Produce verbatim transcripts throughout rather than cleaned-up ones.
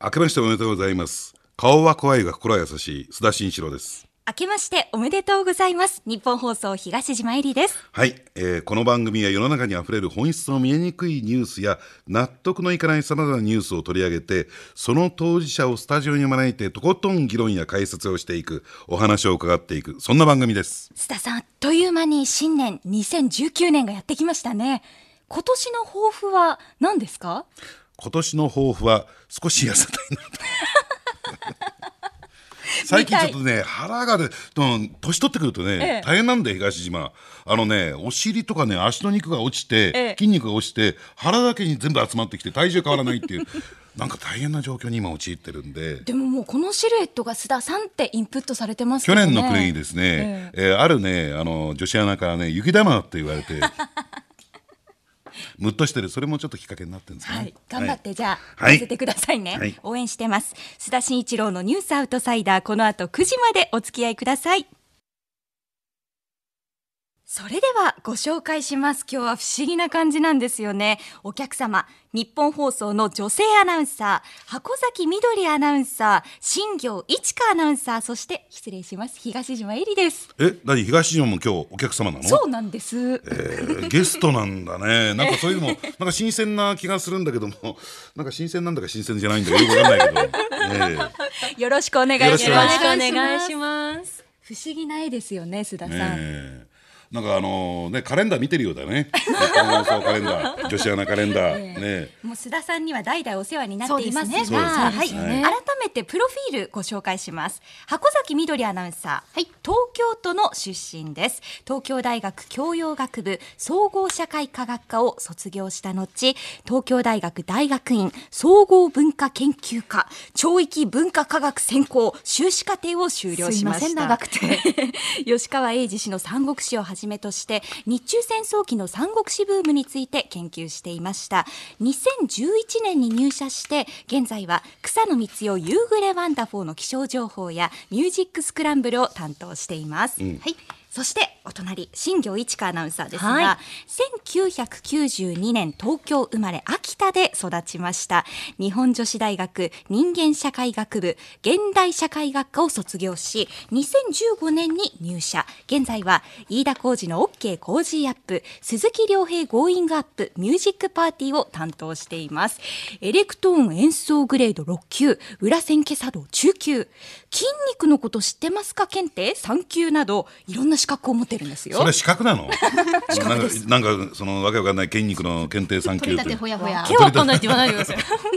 明けましておめでとうございます。顔は怖いが心は優しい須田慎一郎です。 明けましておめでとうございます。日本放送東島えりです。 はい、えー、この番組は世の中にあふれる本質の見えにくいニュースや納得のいかないさまざまなニュースを取り上げて、その当事者をスタジオに招いてとことん議論や解説をしていく、お話を伺っていく、そんな番組です。 須田さん、あっという間に新年にせんじゅうきゅうねんがやってきましたね。今年の抱負は何ですか？ 今年の抱負は少し痩せたいなと最近ちょっとね腹がね年取ってくるとね、ええ、大変なんだよ東島。あのねお尻とかね足の肉が落ちて、ええ、筋肉が落ちて腹だけに全部集まってきて体重変わらないっていうなんか大変な状況に今陥ってるんで。 でももうこのシルエットが須田さんってインプットされてますよね。 去年の暮れにですね、えええー、あるねあの女子アナからね雪玉って言われてムッとしてる。それもちょっときっかけになってるんですね、はい、 頑張って、はい、じゃあ見せてくださいね、はい、応援してます。須田慎一郎のニュースアウトサイダー、この後くじまでお付き合いください。それではご紹介します。今日は不思議な感じなんですよね。お客様、日本放送の女性アナウンサー箱崎みどりアナウンサー、新行一華アナウンサー、そして失礼します東島えりです。 え、何東島も今日お客様なの？ そうなんです、えー、ゲストなんだね。なんかそういうのもなんか新鮮な気がするんだけどもなんか新鮮なんだか新鮮じゃないんだかよくわかんないけど、えー、よろしくお願いします。 よろしくお願いします。 不思議な絵ですよね須田さん、 ね、なんかあのねカレンダー見てるようだね。日本放送カレンダー、女子アナカレンダー、えーね、 もう須田さんには代々お世話になっていますが、 そうですね、はい、 改めてプロフィールご紹介します。箱崎みどりアナウンサー、はい、東京都の出身です。東京大学教養学部総合社会科学科を卒業した後、東京大学大学院総合文化研究科教育文化科学専攻修士課程を修了しました。 すいません長くて吉川英治氏の三国志をはじめとして日中戦争期の三国志ブームについて研究していました。にせんじゅういちねんに入社して現在は草野光代夕暮れワンダフォーの気象情報やミュージックスクランブルを担当しています、うん、はい。そしてお隣新行一華アナウンサーですが、はい、せんきゅうひゃくきゅうじゅうにねん東京生まれ秋田で育ちました。日本女子大学人間社会学部現代社会学科を卒業しにせんじゅうごねんに入社。現在は飯田浩司の OK コージーアップ、鈴木亮平ゴーイングアップミュージックパーティーを担当しています。エレクトーン演奏グレードろっきゅう、裏千家茶道中級、筋肉のこと知ってますか検定さんきゅうなどいろんな資格を持ってるんですよ。 それ資格なの？ 資格です。 なんか、なんかそのわけわかんない筋肉の検定さんきゅうって取り立てほやほや手はわかんないって言わないでください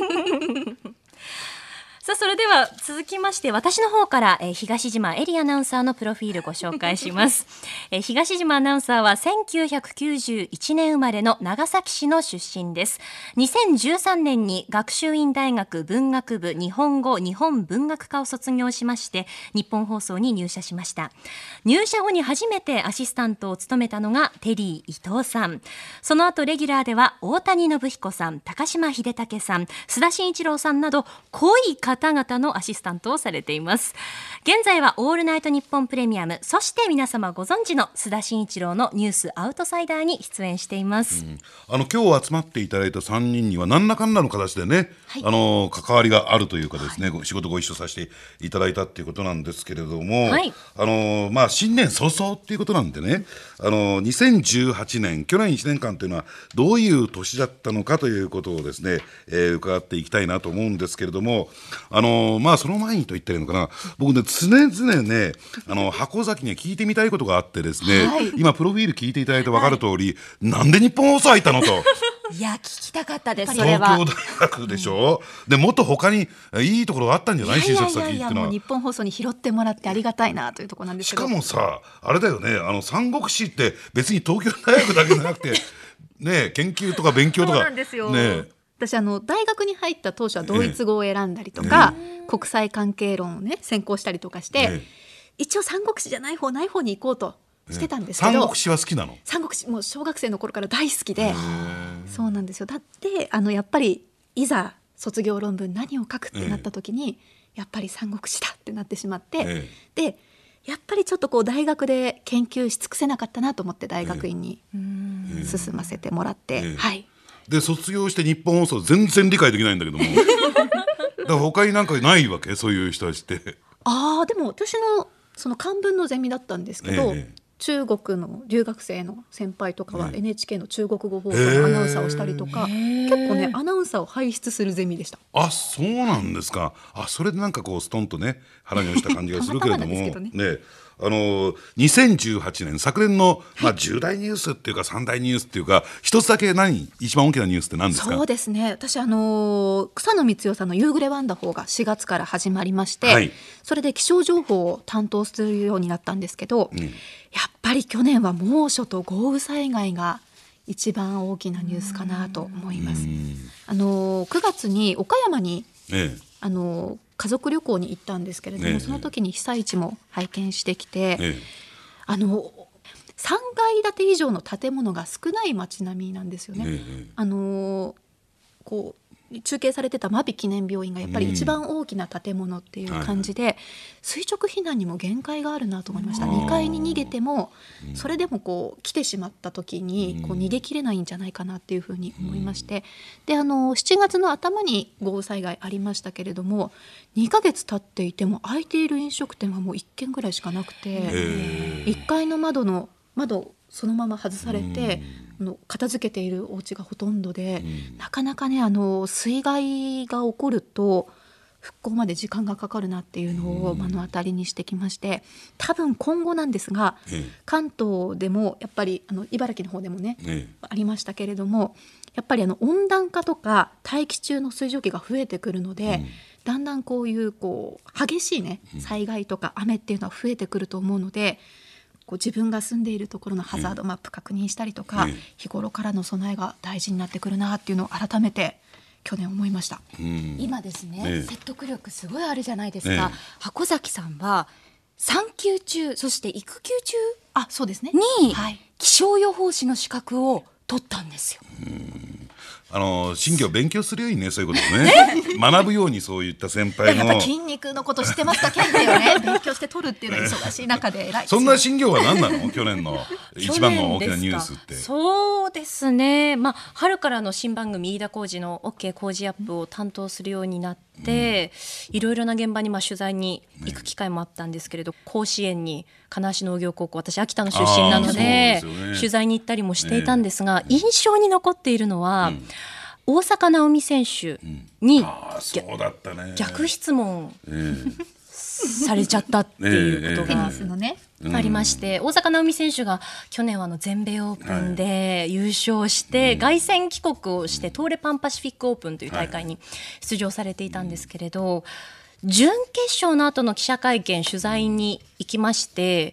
さあそれでは続きまして私の方から、えー、東島えりアナウンサーのプロフィールご紹介します、えー、東島アナウンサーはせんきゅうひゃくきゅうじゅういちねん生まれの長崎市の出身です。にせんじゅうさんねんに学習院大学文学部日本語日本文学科を卒業しまして日本放送に入社しました。入社後に初めてアシスタントを務めたのがテリー伊藤さん。その後レギュラーでは大谷信彦さん、高島秀武さん、須田慎一郎さんなど濃い方々のアシスタントをされています。現在はオールナイトニッポンプレミアム、そして皆様ご存知の須田慎一郎のニュースアウトサイダーに出演しています、うん、 あの今日集まっていただいたさんにんには何らかんらの形でね、はい、あの関わりがあるというかですね、はい、仕事ご一緒させていただいたっていうことなんですけれども、はい、あのまあ、新年早々っていうことなんでね、あのにせんじゅうはちねん去年いちねんかんというのはどういう年だったのかということをですね、えー、伺っていきたいなと思うんですけれども、あのまあその前にと言ったらいいのかな、僕ね常々ねあの箱崎には聞いてみたいことがあってですね、はい、今プロフィール聞いていただいて分かる通り、はい、なんで日本放送入ったのといや聞きたかったです。それは東京大学でしょ、うん、でもっと他にいいところがあったんじゃない？新作先っていうのは。いやいやいやもう日本放送に拾ってもらってありがたいなというところなんですけど、 しかもさあれだよね、あの三国志って別に東京大学だけじゃなくてね研究とか勉強とか。 そうなんですよ、 ね、 私あの大学に入った当初はドイツ語を選んだりとか、ええ、国際関係論をね専攻したりとかして、ええ、一応三国志じゃない方ない方に行こうとしてたんですけど、 三国志は好きなの？ 三国志もう小学生の頃から大好きで、そうなんですよ。だってあのやっぱりいざ卒業論文何を書くってなった時に、やっぱり三国志だってなってしまって、でやっぱりちょっとこう大学で研究し尽くせなかったなと思って大学院に進ませてもらって、はい。 で卒業して日本放送全然理解できないんだけどもから他になんかないわけ、そういう人たちって。 ああ、でも私のその漢文のゼミだったんですけど、 ええ、 中国の留学生の先輩とかは エヌエイチケー の中国語放送のアナウンサーをしたりとか、結構ねアナウンサーを輩出するゼミでした。 あ、そうなんですか。あ、それでなんかこうストンとね腹に落ちた感じがするけれどもたまたまなんですけどね。 ね、あのにせんじゅうはちねん昨年の、まあ、重大ニュースっていうか三大ニュースっていうか、一つだけ何一番大きなニュースって何ですか。 そうですね、私あの草野光代さんの夕暮れワンダホーがしがつから始まりまして、はい、それで気象情報を担当するようになったんですけど、うん、やっぱり去年は猛暑と豪雨災害が一番大きなニュースかなと思います。あのくがつに岡山に、ええ、あの家族旅行に行ったんですけれども、ええ、その時に被災地も拝見してきて、ええ、あのさんがい建て以上の建物が少ない街並みなんですよね。ええ、あのこう中継されてた真備記念病院がやっぱり一番大きな建物っていう感じで、うん、はい、垂直避難にも限界があるなと思いました。にかいに逃げてもそれでもこう来てしまった時にこう逃げきれないんじゃないかなっていうふうに思いまして、であのしちがつの頭に豪雨災害ありましたけれども、にかげつ経っていても開いている飲食店はもういっけんぐらいしかなくて、いっかいの窓の窓そのまま外されて、あの片付けているお家がほとんどで、うん、なかなかねあの水害が起こると復興まで時間がかかるなっていうのを目の当たりにしてきまして、多分今後なんですが、うん、関東でもやっぱりあの茨城の方でもね、うん、ありましたけれども、やっぱりあの温暖化とか大気中の水蒸気が増えてくるので、うん、だんだんこういう、こう激しいね災害とか雨っていうのは増えてくると思うので、こう自分が住んでいるところのハザードマップ確認したりとか、うん、日頃からの備えが大事になってくるなっていうのを改めて去年思いました。 うん、今ですね、ええ、説得力すごいあるじゃないですか。ええ、箱崎さんは産休中、そして育休中あそうですねに気象予報士の資格を取ったんですよ。 うん、あの新業勉強するようにね、そういうことね学ぶように、そういった先輩のやっぱ筋肉のこと知ってますか、ケンテよね勉強して取るっていうのは忙しい中で偉い。 そんな新業は何なの去年の一番の大きなニュースって。 そうですね、まあ、春からの新番組飯田浩司の OK 工事アップを担当するようになって、うん、いろいろな現場にまあ取材に行く機会もあったんですけれど、ね、甲子園に金足農業高校、私秋田の出身なの で, で、ね、取材に行ったりもしていたんですが、ね、印象に残っているのは、うん、大坂なおみ選手に、うん、あそうだったね、逆質問、えー、されちゃったっていうことがありまして、大坂なおみ選手が去年はあの全米オープンで優勝して、はい、凱旋帰国をして東レパンパシフィックオープンという大会に出場されていたんですけれど、準決勝の後の記者会見取材に行きまして、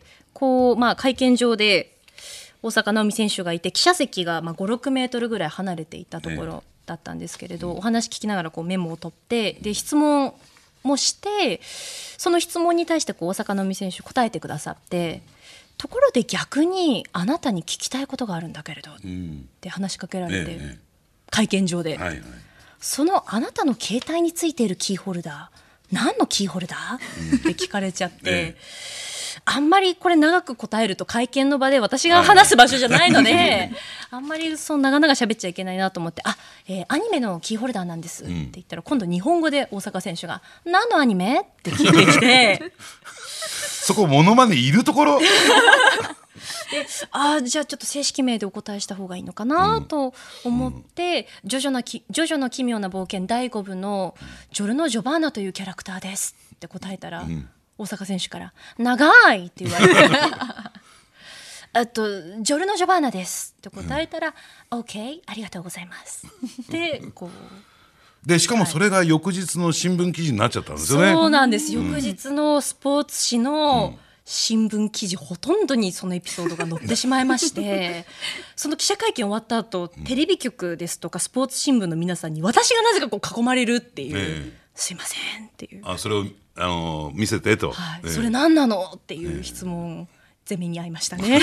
こう、まあ、会見場で大坂なおみ選手がいて、記者席がまあご、ろくメートルぐらい離れていたところだったんですけれど、お話聞きながらこうメモを取って、で質問もして、その質問に対してこう大坂なおみ選手答えてくださって、ところで逆にあなたに聞きたいことがあるんだけれど、うん、って話しかけられて、ええ、会見場で、はいはい、そのあなたの携帯についているキーホルダー何のキーホルダーって聞かれちゃって、ええ、あんまりこれ長く答えると会見の場で私が話す場所じゃないのであんまりそう長々喋っちゃいけないなと思って、あ、えー、アニメのキーホルダーなんですって言ったら、今度日本語で大坂選手が何のアニメって聞いてきてそこモノマネいるところで、 あ、じゃあちょっと正式名でお答えした方がいいのかなと思って、うん、ジョジョなきジョジョの奇妙な冒険だいごぶのジョルノ・ジョバーナというキャラクターですって答えたら、うん、大坂選手から長いって言われてあとジョルノ・ジョバーナですって答えたら、うん、OK ありがとうございますでこうでしかもそれが翌日の新聞記事になっちゃったんですよね。 そうなんです、翌日のスポーツ紙の新聞記事ほとんどにそのエピソードが載ってしまいましてその記者会見終わった後、テレビ局ですとかスポーツ新聞の皆さんに私がなぜかこう囲まれるっていう、えー、すいませんっていう、 あそれを、あのー、見せてと、 はい、えー、それ何なのっていう質問、えーゼミに会いましたね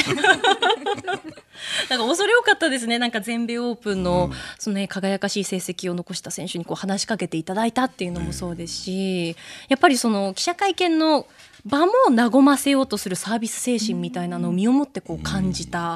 なんか恐れ多かったですね。なんか全米オープンの、うん、そのね、輝かしい成績を残した選手にこう話しかけていただいたっていうのもそうですし、やっぱりその記者会見の場も和ませようとするサービス精神みたいなのを身をもってこう感じた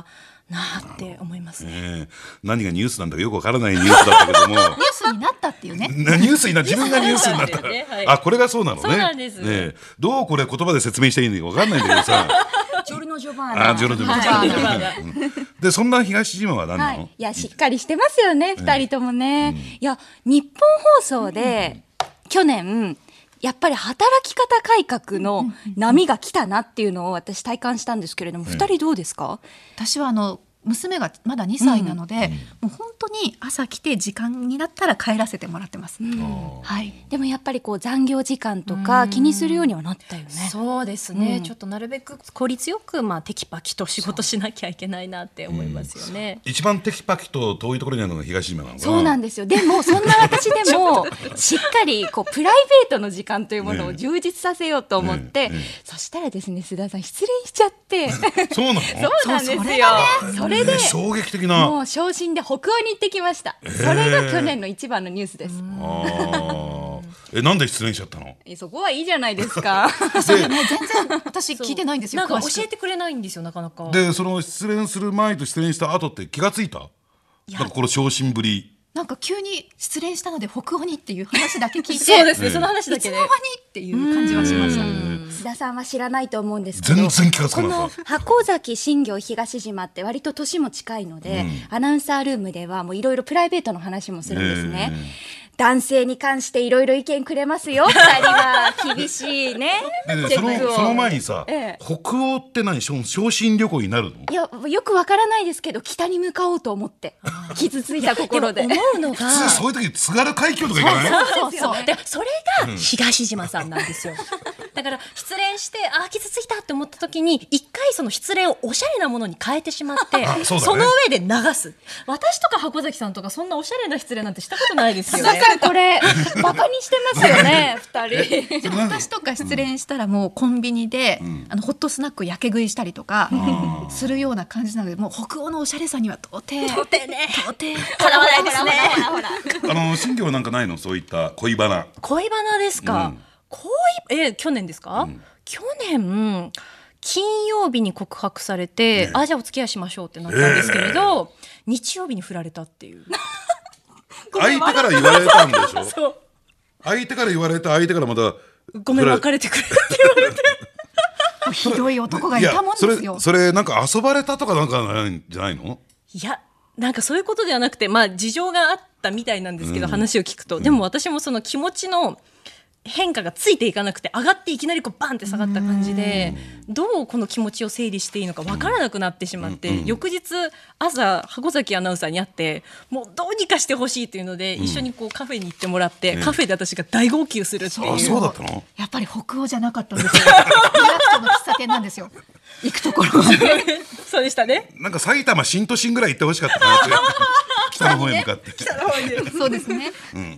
なって思いますね。 ね何がニュースなんだかよくわからないニュースだったけどもニュースになったっていうね。 ニュースにな自分がニュースになった、 ねはい、 あこれがそうなのね。 そうなんです、 ね、どうこれ言葉で説明していいのかわかんないんだけどさジョルノ・ジョバーナ。 あジョルノ・ジョバーナ、うんでそんな東島は何なの、はい、 いやしっかりしてますよね、二人ともね、うん、いや日本放送で、うん、去年やっぱり働き方改革の波が来たなっていうのを私体感したんですけれども、うん、二人どうですか？ 私はあの娘がまだにさいなので、うん、もう本当に朝来て時間になったら帰らせてもらってます、うんはい、でもやっぱりこう残業時間とか気にするようにはなったよね。 そうですね、 うん、 ちょっとなるべく効率よく、まあ、テキパキと仕事しなきゃいけないなって思いますよね、 うん、一番テキパキと遠いところにあるのが東島なのかな。 そうなんですよ。でもそんな私でもしっかりこうプライベートの時間というものを充実させようと思って、ねねね、そしたらですね須田さん失恋しちゃってそうなの？ そうなんですよ。それで衝撃的なもう昇進で北欧に行ってきました、えー、それが去年の一番のニュースです。 あえなんで失恋しちゃったの？ えそこはいいじゃないですかそうね、全然私聞いてないんですよ。 なんか教えてくれないんですよなかなか。 でその失恋する前と失恋した後って気がついた？なんかこの昇進ぶりなんか急に失恋したので北欧にっていう話だけ聞いてそうですね、その話だけでいつの間にっていう感じはしました。 須田さんは知らないと思うんですけど、 全然気がつかなかった。 この箱崎新業東島って割と年も近いので、うん、アナウンサールームではもういろいろプライベートの話もするんですね。男性に関していろいろ意見くれますよ。ふたりは厳しいね。 でねそのその前にさ、ええ、北欧って何昇進旅行になるの？ いやよくわからないですけど北に向かおうと思って傷ついた心で思うのが普通そういう時津軽海峡とか行かない？ そうですよ。でそれが東島さんなんですよ。だから失恋してあ傷ついたって思った時に一回その失恋をおしゃれなものに変えてしまってそ,、ね、その上で流す。私とか箱崎さんとかそんなおしゃれな失恋なんてしたことないですよね。 だからこれバカにしてますよね二人。 私とか失恋したらもうコンビニで、うん、あのホットスナックやけ食いしたりとかするような感じなのでもう北欧のおしゃれさには到底到底ね到底こだわらないですね。 あの新業なんかないの？そういった恋バナ。 恋バナですか、うん、恋え去年ですか、うん、去年金曜日に告白されて、ね、あじゃあお付き合いしましょうってなったんですけれど、えー、日曜日に振られたっていう相手から言われたんでしょ？そう相手から言われた相手からまたごめん別れてくれって言われてひどい男がいたもんですよ。 いやそれ、それなんか遊ばれたとかなんかなんじゃないの？ いやなんかそういうことではなくてまあ事情があったみたいなんですけど、うん、話を聞くと、うん、でも私もその気持ちの変化がついていかなくて上がっていきなりこうバンって下がった感じでどうこの気持ちを整理していいのか分からなくなってしまって、うんうん、翌日朝箱崎アナウンサーに会ってもうどうにかしてほしいというので、うん、一緒にこうカフェに行ってもらって、うん、カフェで私が大号泣するっていう。 あそうだったの？やっぱり北欧じゃなかったんですよ。有楽町の喫茶店なんですよ行くところはそうでしたね。 なんか埼玉新都心ぐらい行ってほしかったなって北の方へ向かって北の方にそうですね、 うん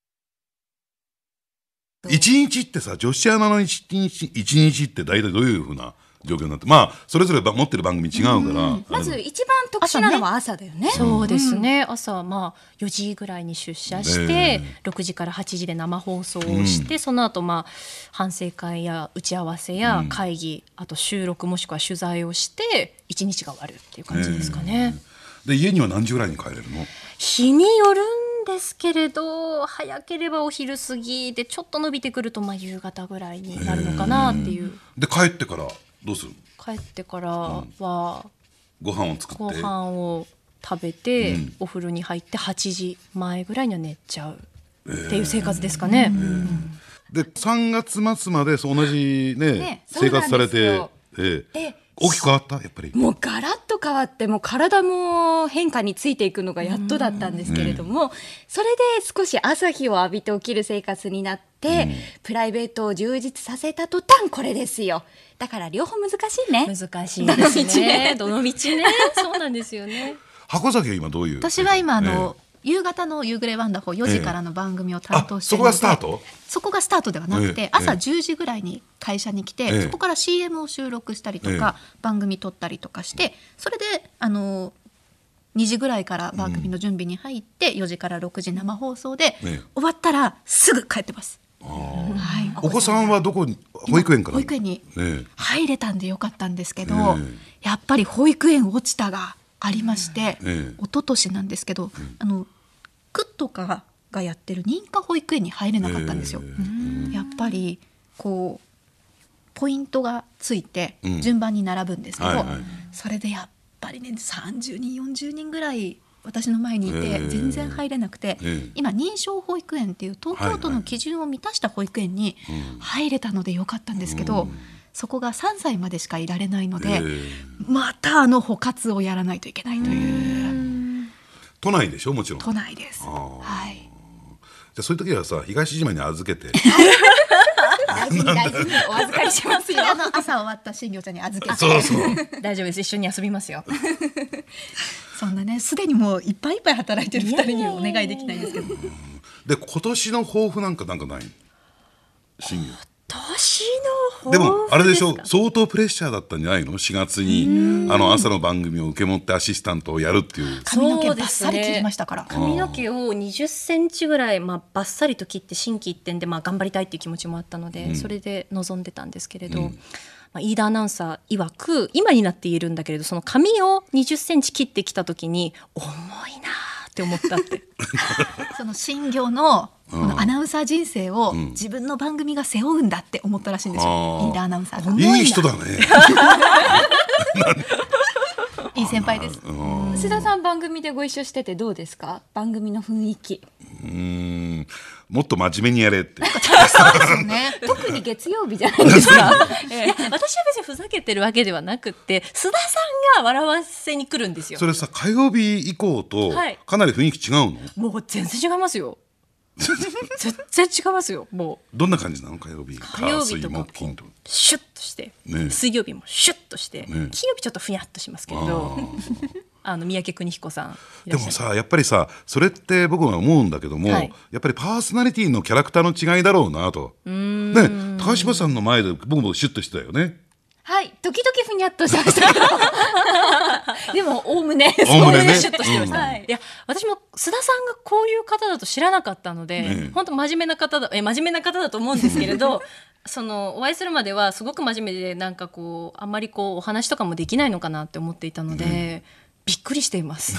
一日ってさ女子アナの一日一日って大体どういうふうな状況になってまあそれぞれ持ってる番組違うから、うん、 まず一番特殊なのは朝だよね。 そうですね、朝はまあよじぐらいに出社して、えー、ろくじからはちじで生放送をして、うん、その後まあ反省会や打ち合わせや会議、うん、あと収録もしくは取材をして一日が終わるっていう感じですかね、 えー、で家には何時ぐらいに帰れるの？ 日によるんですけれど早ければお昼過ぎでちょっと伸びてくるとまあ夕方ぐらいになるのかなっていう、 えー、で帰ってからどうする？ 帰ってからは、 うん、ご飯を作ってご飯を食べて、うん、お風呂に入ってはちじまえぐらいには寝ちゃうっていう生活ですかね、えーえー、でさんがつ末まで同じ、ねね、生活されて、えーえ大きく変わった？やっぱりもうガラッと変わってもう体も変化についていくのがやっとだったんですけれども、うん、それで少し朝日を浴びて起きる生活になって、うん、プライベートを充実させた途端これですよ。だから両方難しいね。 難しいですね。どの道ねそうなんですよね。 箱崎は今どういう？ 私は今あの、えー夕方の夕暮れワンダホーよじからの番組を担当しているので、 ええ、そこがスタート？ そこがスタートではなくて、え、朝じゅうじぐらいに会社に来て、そこから シーエム を収録したりとか、番組撮ったりとかしてそれであのにじぐらいから番組の準備に入って、うん、よじからろくじ生放送で、終わったらすぐ帰ってます。 はい、お子さんはどこに保育園から保育園に入れたんでよかったんですけど、やっぱり保育園落ちたがありまして、 うん、 一昨年なんですけど、うん、あの区とかがやってる認可保育園に入れなかったんですよ。やっぱりこうポイントがついて順番に並ぶんですけど、うんはいはい、それでやっぱりねさんじゅうにんよんじゅうにんぐらい私の前にいて全然入れなくて、えー、今認証保育園っていう東京都の基準を満たした保育園に入れたのでよかったんですけど、うん、そこがさんさいまでしかいられないので、えー、またあの補活をやらないといけないという。 都内でしょ、もちろん。 都内です。はい。 じゃあそういう時はさ、東島に預けて大事に大事にお預かりしますよ。 あの朝終わった新業ちゃんに預けて。 そうそう大丈夫です、一緒に遊びますよ。 そんなね、すでにもういっぱいいっぱい働いてるふたりにはお願いできないですけど。 で今年の抱負なんかなんかない新業。 年のでもあれでしょ、相当プレッシャーだったんじゃないの。しがつにあの朝の番組を受け持ってアシスタントをやるっていう。 髪の毛バッサリ切りましたから、 ね、髪の毛をにじゅっセンチぐらい、まあ、バッサリと切って心機一転で、まあ、頑張りたいっていう気持ちもあったので、うん、それで臨んでたんですけれど、うん、まあ、飯田アナウンサー曰く今になって言えるんだけれど、その髪をにじゅっセンチ切ってきた時に重いなって思ったってその新業のこのアナウンサー人生を自分の番組が背負うんだって思ったらしいんですよ、飯田アナウンサーが。 いい人だねいい先輩です。 須田さん番組でご一緒しててどうですか、番組の雰囲気。 うーん、もっと真面目にやれってそうですよね特に月曜日じゃないですか、 えー、私は別にふざけてるわけではなくって須田さんが笑わせに来るんですよ。 それさ、火曜日以降とかなり雰囲気違うの、はい、 もう全然違いますよ全然違いますよ。もうどんな感じなの火曜日。 火曜日とかシュッとして、ね、水曜日もシュッとして、ね、金曜日ちょっとふにゃっとしますけれどあの三宅邦彦さんでもさ、やっぱりさ、それって僕は思うんだけども、はい、やっぱりパーソナリティのキャラクターの違いだろうなと。うーん、ね、高島さんの前で僕もシュッとしてたよね。 はい、時々ふにゃっとしましたでもおおむねおおむねねシュッとしてました、うん、はい、いや私も須田さんがこういう方だと知らなかったので、ね、本当真面目な方だえ真面目な方だと思うんですけれどそのお会いするまではすごく真面目で、なんかこうあんまりこうお話とかもできないのかなって思っていたので、ね、びっくりしています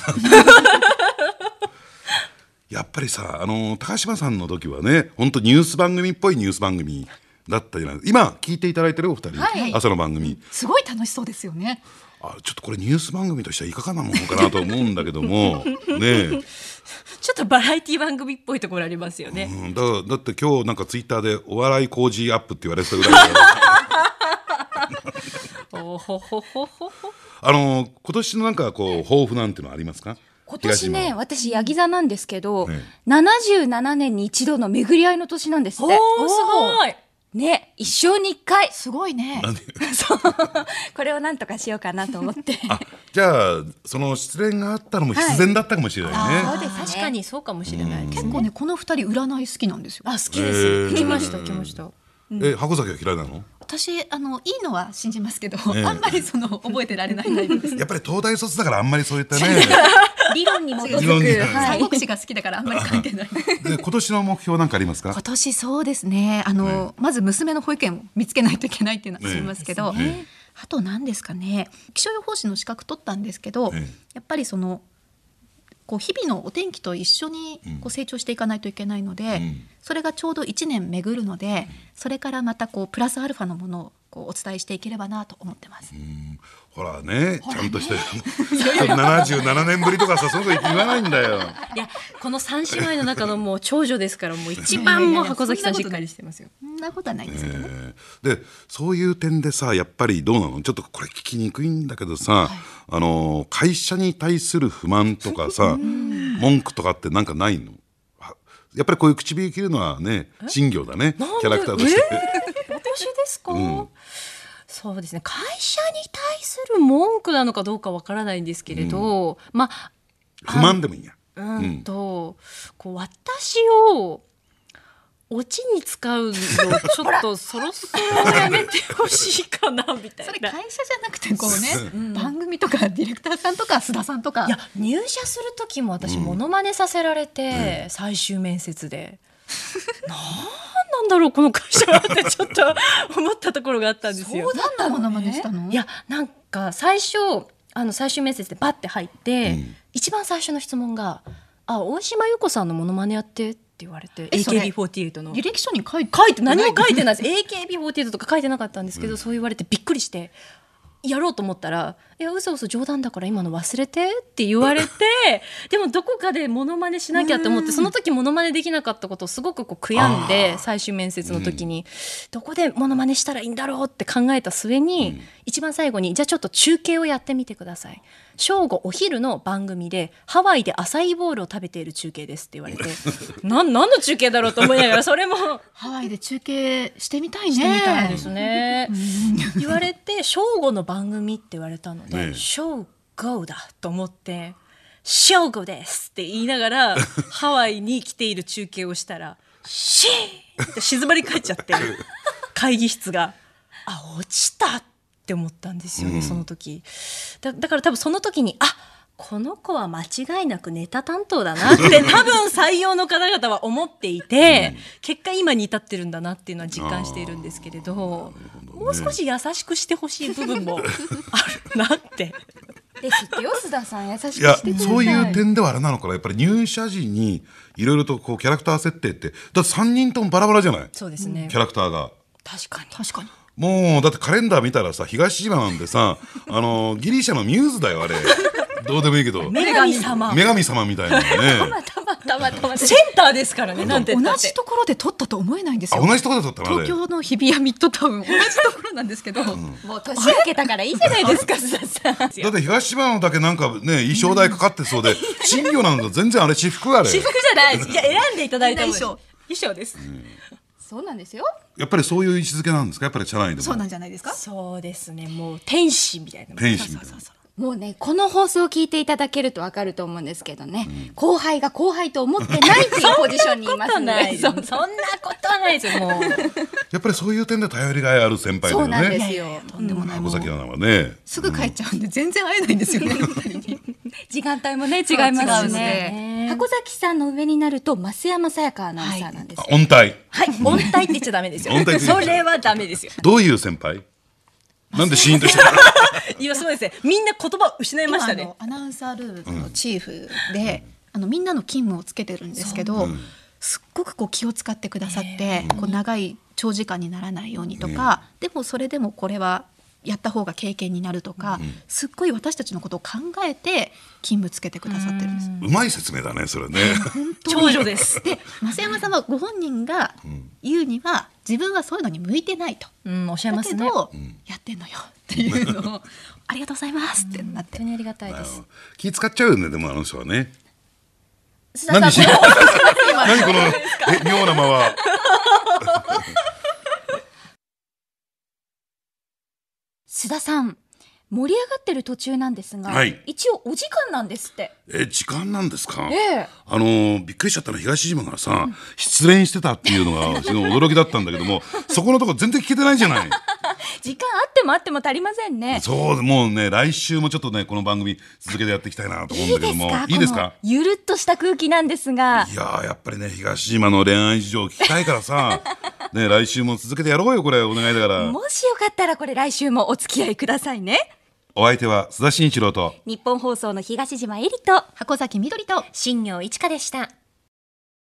やっぱりさ、あの高島さんの時はね、本当ニュース番組っぽいニュース番組だったじゃない。今聞いていただいてるお二人、はい、朝の番組すごい楽しそうですよね。 あ、ちょっとこれニュース番組としてはいかがなものかなと思うんだけどもねちょっとバラエティ番組っぽいところありますよね、 うん、だ, だって今日なんかツイッターでお笑い工事アップって言われてたぐらいだおほほほほほあの今年のなんかこう抱負なんていうのはありますか。 今年ね、私ヤギ座なんですけど、ね、ななじゅうななねんに一度の巡り合いの年なんですって。 おー、すごいね、一生に一回。 すごいね。 そうこれをなんとかしようかなと思ってあ、じゃあその失恋があったのも必然だったかもしれないね、 はい、そうです、確かにそうかもしれないです、ね、 結構ね、この二人占い好きなんですよ。 あ、好きです。聞きました聞きました、 うん、え、箱崎は嫌いなの。 私あのいいのは信じますけど、ええ、あんまりその覚えてられないタイプです。 やっぱり東大卒だからあんまりそういったね理論に基づく三国志が好きだからあんまり関係ないで今年の目標なんかありますか。 今年そうですね、あの、ね、まず娘の保育園を見つけないといけないっていうのはありますけど、ねね、あと何ですかね、気象予報士の資格取ったんですけど、ね、やっぱりそのこう日々のお天気と一緒にこう成長していかないといけないので、うん、それがちょうどいちねん巡るので、それからまたこうプラスアルファのものをこうお伝えしていければなと思ってます。 うん、ほらね、ちゃんとしてななじゅうななねんぶりとかさ、そういうこと言わないんだよ。 いや、この三姉妹の中のもう長女ですから、もう一番もう箱崎さんしっかりしてますよ。 そんなことはないですけどね、えー、でそういう点でさ、やっぱりどうなの、ちょっとこれ聞きにくいんだけどさ、はい、あの会社に対する不満とかさ文句とかってなんかないの。やっぱりこういう唇切るのはね、新業だね、キャラクターとして、 えー、私ですか、うん、そうですね、会社に対する文句なのかどうかわからないんですけれど、うん、まあ不満でもいいや、 うんと、うん、こう私をオチに使うのちょっとそろそろやめてほしいかなみたいな。 それ会社じゃなくてこうね、うん、番組とかディレクターさんとか須田さんとか。 いや、入社する時も私モノマネさせられて、うん、最終面接でなんなんだろうこの会社はってちょっと思ったところがあったんですよ。 そうだったモノマネしたの。 いや、なんか最初あの最終面接でバッて入って、うん、一番最初の質問が「あ、大島優子さんのモノマネやって」って言われて、 エーケービーフォーティーエイト の履歴書に書いて書いて何も書いてないです。 エーケービーフォーティーエイト とか書いてなかったんですけど、うん、そう言われてびっくりしてやろうと思ったら「いや嘘嘘冗談だから今の忘れて」って言われてでもどこかでモノマネしなきゃと思って、その時モノマネできなかったことをすごくこう悔やんで、最終面接の時に、うん、どこでモノマネしたらいいんだろうって考えた末に、うん、一番最後にじゃあちょっと中継をやってみてください、正午お昼の番組でハワイでアサイーボールを食べている中継ですって言われてな何の中継だろうと思いながら、それもハワイで中継してみたいね、 してみたいですね言われて正午の番組って言われたので、ね、正午だと思って正午ですって言いながらハワイに来ている中継をしたらシーンって静まり返っちゃって会議室があ落ちたって思ったんですよね、うん、その時 だ, だから多分その時にあこの子は間違いなくネタ担当だなって多分採用の方々は思っていて、うん、結果今に至ってるんだなっていうのは実感しているんですけれど、もう少し優しくしてほしい部分もあるなってですってよ、須田さん優しくしていやそういう点ではあれなのかな、やっぱり入社時にいろいろとこうキャラクター設定ってだってさんにんともバラバラじゃない。 そうですね、 キャラクターが確かに確かにもうだってカレンダー見たらさ、東島なんでさあのギリシャのミューズだよあれどうでもいいけど女神様女神様みたいなねたまたまたまセンターですからね、なんて同じところで撮ったと思えないんですよ。 同じところで撮ったの、 東京の日比谷ミッドタウン同じところなんですけど、うん、 もう年明けたからいいじゃないですか須田さんだって東島のだけなんかね衣装代かかってそうで新業なんだ全然あれ私服あれ私服じゃないです。いや選んでいただいた衣装衣装です、うん、 そうなんですよ。 やっぱりそういう位置づけなんですか、やっぱり社内でも。 そうなんじゃないですか。 そうですね、もう天使みたいな天使みたいな。 もうねこの放送を聞いていただけると分かると思うんですけどね、うん、後輩が後輩と思ってないっていうポジションにいますのでそんなことはないですよもうやっぱりそういう点で頼りがいある先輩だよね。 そうなんですよ、 とんでもない、 箱崎アナはねすぐ帰っちゃうんで全然会えないんですよね時間帯もね違いますしね。箱崎さんの上になると増山さやかアナウンサーなんです、 はい、音体はい音体って言っちゃダメですよそれはダメですよ。 どういう先輩なんでシーンとしていやそうですね、みんな言葉を失いましたね。 アナウンサールームのチーフで、うん、あのみんなの勤務をつけてるんですけど、うん、すっごくこう気を使ってくださって、こう長い長時間にならないようにとか、うん、でもそれでもこれはやった方が経験になるとか、うん、すっごい私たちのことを考えて勤務つけてくださってるんです。 うまい説明だねそれね長女ですで増山さんはご本人が言うには自分はそういうのに向いてないと、 うん、おっしゃいますね。 だけど、うん、やってんのよっていうのをありがとうございますってなって、 本当にありがたいです。 気使っちゃうよねでもあの人はね。 何し何このえ妙な間は須田さん盛り上がってる途中なんですが、はい、一応お時間なんですって。 え時間なんですか、 ええ、 あのびっくりしちゃったのは東島がさ、うん、失恋してたっていうのがすごい驚きだったんだけどもそこのとこ全然聞けてないじゃない時間あってもあっても足りませんね。 そうもうね来週もちょっとねこの番組続けてやっていきたいなと思うんだけどもいいですか。 ゆるっとした空気なんですが、 いややっぱりね東島の恋愛事情を聞きたいからさね来週も続けてやろうよこれお願いだから。 もしよかったらこれ来週もお付き合いくださいね。 お相手は須田慎一郎と日本放送の東島えりと箱崎みどりと新業一華でした。